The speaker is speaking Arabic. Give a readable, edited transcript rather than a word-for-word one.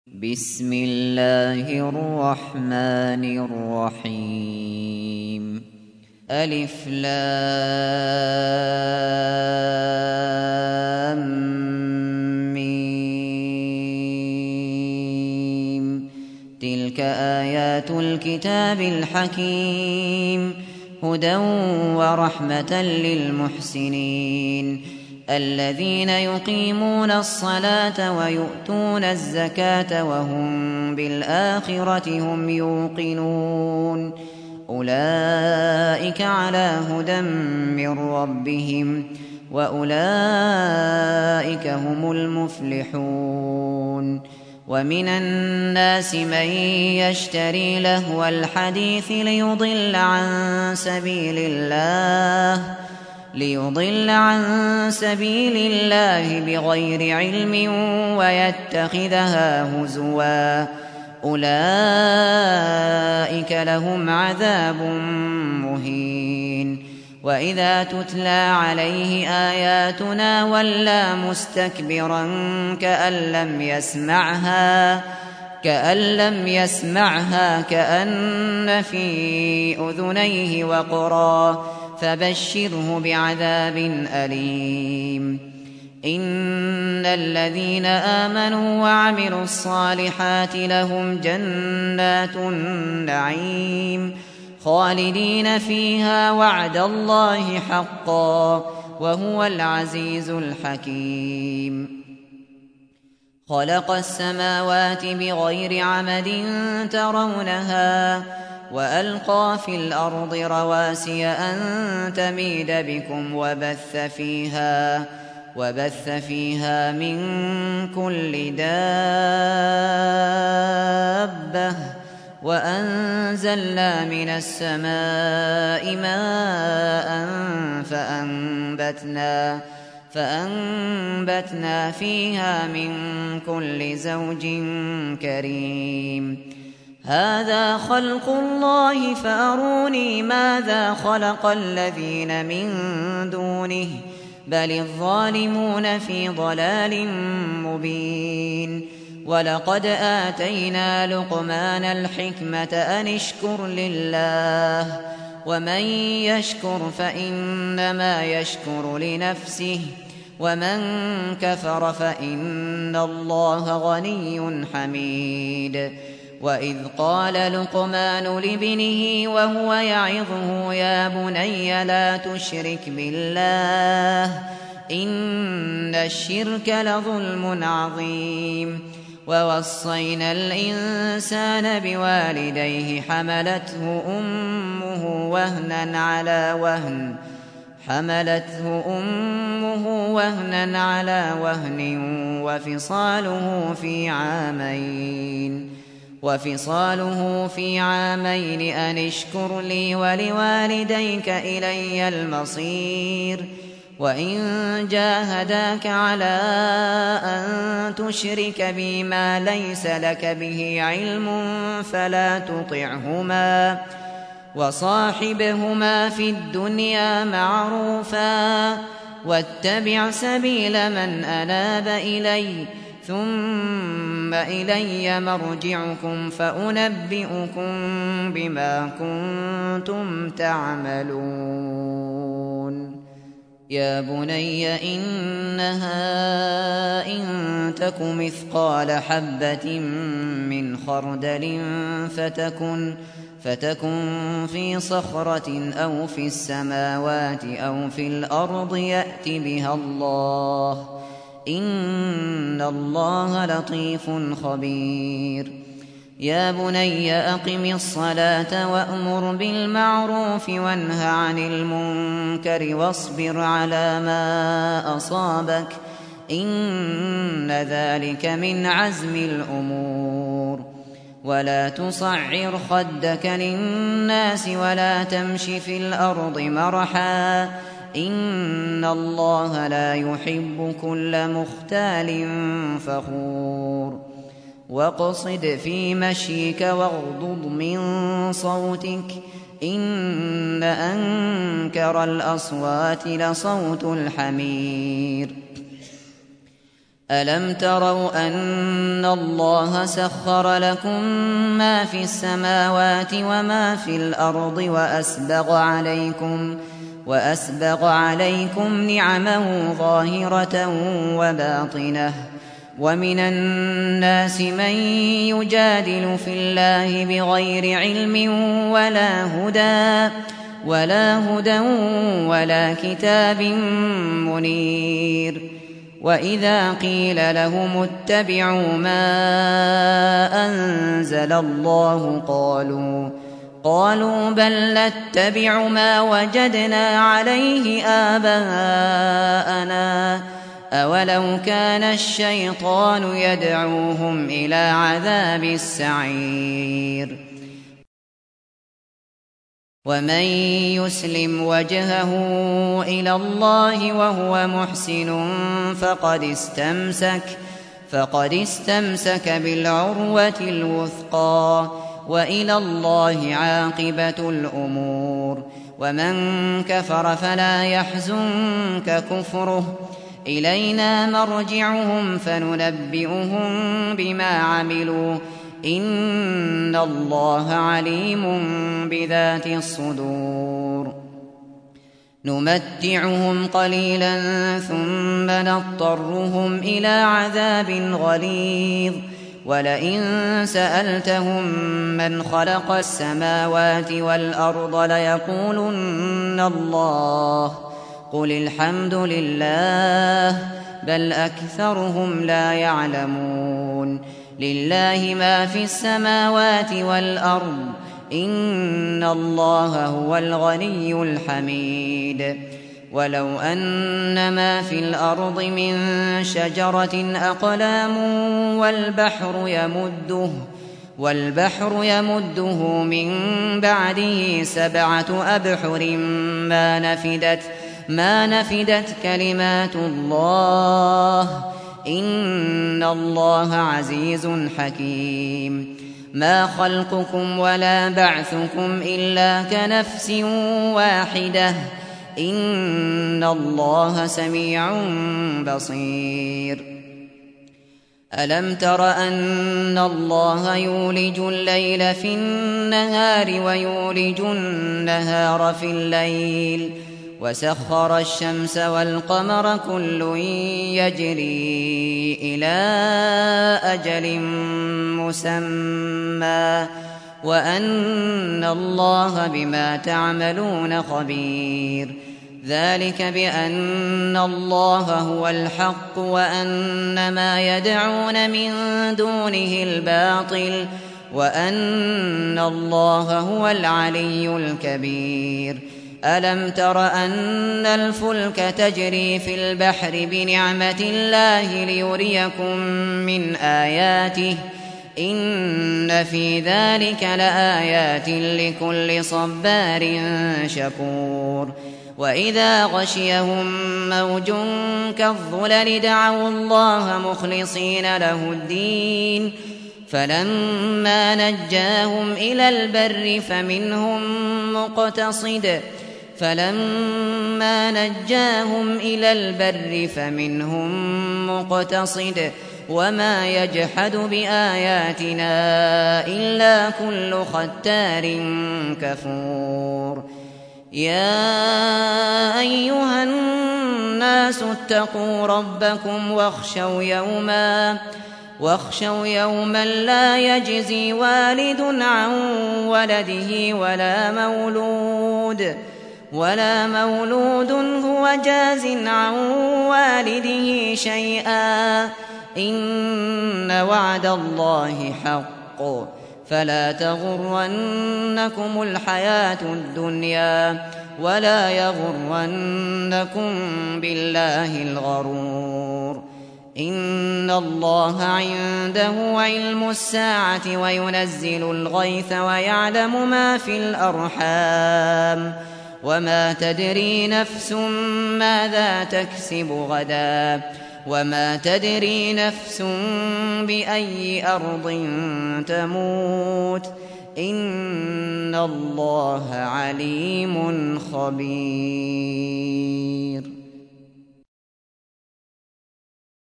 بسم الله الرحمن الرحيم ألف لام ميم تلك آيات الكتاب الحكيم هدى ورحمة للمحسنين الذين يقيمون الصلاة ويؤتون الزكاة وهم بالآخرة هم يوقنون أولئك على هدى من ربهم وأولئك هم المفلحون ومن الناس من يشتري لهو الحديث ليضل عن سبيل الله بغير علم ويتخذها هزوا أولئك لهم عذاب مهين وإذا تتلى عليه آياتنا ولى مستكبرا كأن لم يسمعها كأن في أذنيه وقرا فبشره بعذاب أليم إن الذين آمنوا وعملوا الصالحات لهم جنات النعيم خالدين فيها وعد الله حقا وهو العزيز الحكيم خلق السماوات بغير عمد ترونها وألقى في الأرض رواسي أن تميد بكم وبث فيها من كل دابة وأنزلنا من السماء ماء فأنبتنا فيها من كل زوج كريم هذا خلق الله فأروني ماذا خلق الذين من دونه بل الظالمون في ضلال مبين ولقد آتينا لقمان الحكمة أن اشكر لله ومن يشكر فإنما يشكر لنفسه ومن كفر فإن الله غني حميد وإذ قال لقمان لابنه وهو يعظه يا بني لا تشرك بالله إن الشرك لظلم عظيم ووصينا الإنسان بوالديه حملته أمه وهنا على وهن وفصاله في عامين أن اشكر لي ولوالديك إلي المصير وإن جاهداك على أن تشرك بي ما ليس لك به علم فلا تطعهما وصاحبهما في الدنيا معروفا واتبع سبيل من أناب إلي ثم إلي مرجعكم فأنبئكم بما كنتم تعملون يا بني إنها إن تك مثقال حبة من خردل فتكن في صخرة أو في السماوات أو في الأرض يأت بها الله إن الله لطيف خبير يا بني أقم الصلاة وأمر بالمعروف وانه عن المنكر واصبر على ما أصابك إن ذلك من عزم الأمور ولا تصعر خدك للناس ولا تمش في الأرض مرحا إن الله لا يحب كل مختال فخور واقصد في مشيك واغضض من صوتك إن أنكر الأصوات لصوت الحمير ألم تروا أن الله سخر لكم ما في السماوات وما في الأرض وأسبغ عليكم نعمه ظاهرة وباطنة ومن الناس من يجادل في الله بغير علم ولا هدى ولا كتاب منير وإذا قيل لهم اتبعوا ما أنزل الله قالوا بل نتبع ما وجدنا عليه آباءنا أولو كان الشيطان يدعوهم إلى عذاب السعير ومن يسلم وجهه إلى الله وهو محسن فقد استمسك بالعروة الوثقى وإلى الله عاقبة الأمور ومن كفر فلا يحزنك كفره إلينا مرجعهم فننبئهم بما عملوا إن الله عليم بذات الصدور نمتعهم قليلا ثم نضطرهم إلى عذاب غليظ ولئن سألتهم من خلق السماوات والأرض ليقولن الله قل الحمد لله بل أكثرهم لا يعلمون لله ما في السماوات والأرض إن الله هو الغني الحميد ولو أن ما في الأرض من شجرة أقلام والبحر يمده من بعده 7 أبحر ما نفدت كلمات الله إن الله عزيز حكيم ما خلقكم ولا بعثكم إلا كنفس واحدة إن الله سميع بصير ألم تر أن الله يولج الليل في النهار ويولج النهار في الليل وسخر الشمس والقمر كل يجري إلى أجل مسمى وأن الله بما تعملون خبير ذلك بأن الله هو الحق وأن ما يدعون من دونه الباطل وأن الله هو العلي الكبير ألم تر أن الفلك تجري في البحر بنعمة الله ليريكم من آياته إن في ذلك لآيات لكل صبار شكور وإذا غشيهم موج كالظلل دعوا الله مخلصين له الدين فلما نجاهم إلى البر فمنهم مقتصد وما يجحد بآياتنا إلا كل ختار كفور يا أيها الناس اتقوا ربكم واخشوا يوما لا يجزي والد عن ولده ولا مولود هو جاز عن والده شيئا إن وعد الله حق فلا تغرنكم الحياة الدنيا ولا يغرنكم بالله الغرور إن الله عنده علم الساعة وينزل الغيث ويعلم ما في الأرحام وما تدري نفس ماذا تكسب غدا وما تدري نفس بأي أرض تموت إن الله عليم خبير